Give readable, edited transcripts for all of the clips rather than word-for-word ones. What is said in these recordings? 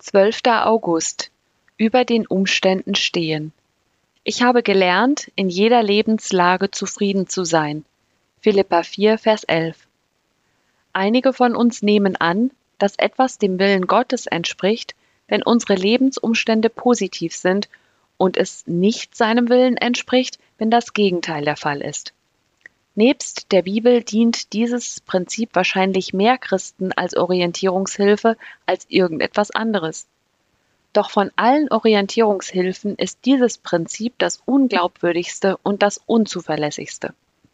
12. August. Über den Umständen stehen. Ich habe gelernt, in jeder Lebenslage zufrieden zu sein. Philipper 4, Vers 11. Einige von uns nehmen an, dass etwas dem Willen Gottes entspricht, wenn unsere Lebensumstände positiv sind und es nicht seinem Willen entspricht, wenn das Gegenteil der Fall ist. Nebst der Bibel dient dieses Prinzip wahrscheinlich mehr Christen als Orientierungshilfe als irgendetwas anderes. Doch von allen Orientierungshilfen ist dieses Prinzip das unglaubwürdigste und das unzuverlässigste.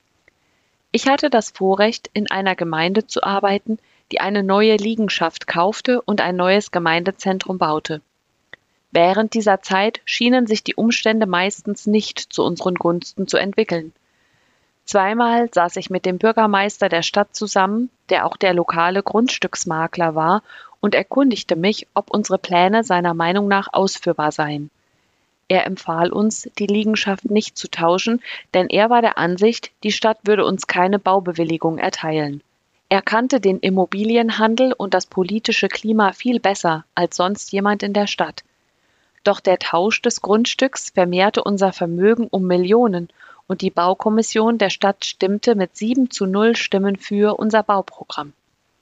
Ich hatte das Vorrecht, in einer Gemeinde zu arbeiten, die eine neue Liegenschaft kaufte und ein neues Gemeindezentrum baute. Während dieser Zeit schienen sich die Umstände meistens nicht zu unseren Gunsten zu entwickeln. Zweimal saß ich mit dem Bürgermeister der Stadt zusammen, der auch der lokale Grundstücksmakler war, und erkundigte mich, ob unsere Pläne seiner Meinung nach ausführbar seien. Er empfahl uns, die Liegenschaft nicht zu tauschen, denn er war der Ansicht, die Stadt würde uns keine Baubewilligung erteilen. Er kannte den Immobilienhandel und das politische Klima viel besser als sonst jemand in der Stadt. Doch der Tausch des Grundstücks vermehrte unser Vermögen um Millionen und die Baukommission der Stadt stimmte mit 7:0 Stimmen für unser Bauprogramm.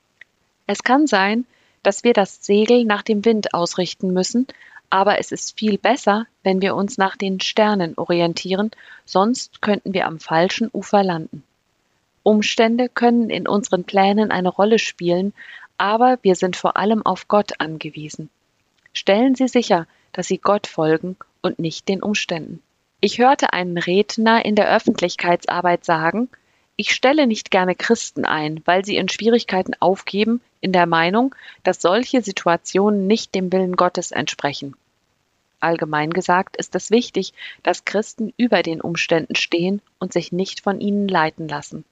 Es kann sein, dass wir das Segel nach dem Wind ausrichten müssen, aber es ist viel besser, wenn wir uns nach den Sternen orientieren, sonst könnten wir am falschen Ufer landen. Umstände können in unseren Plänen eine Rolle spielen, aber wir sind vor allem auf Gott angewiesen. Stellen Sie sicher, dass Sie Gott folgen und nicht den Umständen. Ich hörte einen Redner in der Öffentlichkeitsarbeit sagen, ich stelle nicht gerne Christen ein, weil sie in Schwierigkeiten aufgeben, in der Meinung, dass solche Situationen nicht dem Willen Gottes entsprechen. Allgemein gesagt ist es wichtig, dass Christen über den Umständen stehen und sich nicht von ihnen leiten lassen.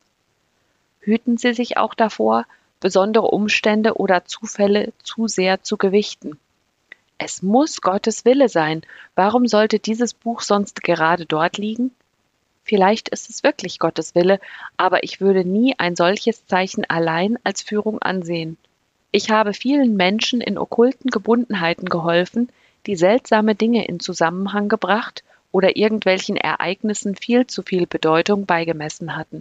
Hüten Sie sich auch davor, besondere Umstände oder Zufälle zu sehr zu gewichten. Es muss Gottes Wille sein. Warum sollte dieses Buch sonst gerade dort liegen? Vielleicht ist es wirklich Gottes Wille, aber ich würde nie ein solches Zeichen allein als Führung ansehen. Ich habe vielen Menschen in okkulten Gebundenheiten geholfen, die seltsame Dinge in Zusammenhang gebracht oder irgendwelchen Ereignissen viel zu viel Bedeutung beigemessen hatten.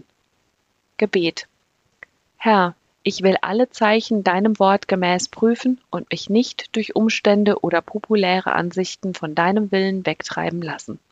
Gebet. Herr, ich will alle Zeichen deinem Wort gemäß prüfen und mich nicht durch Umstände oder populäre Ansichten von deinem Willen wegtreiben lassen.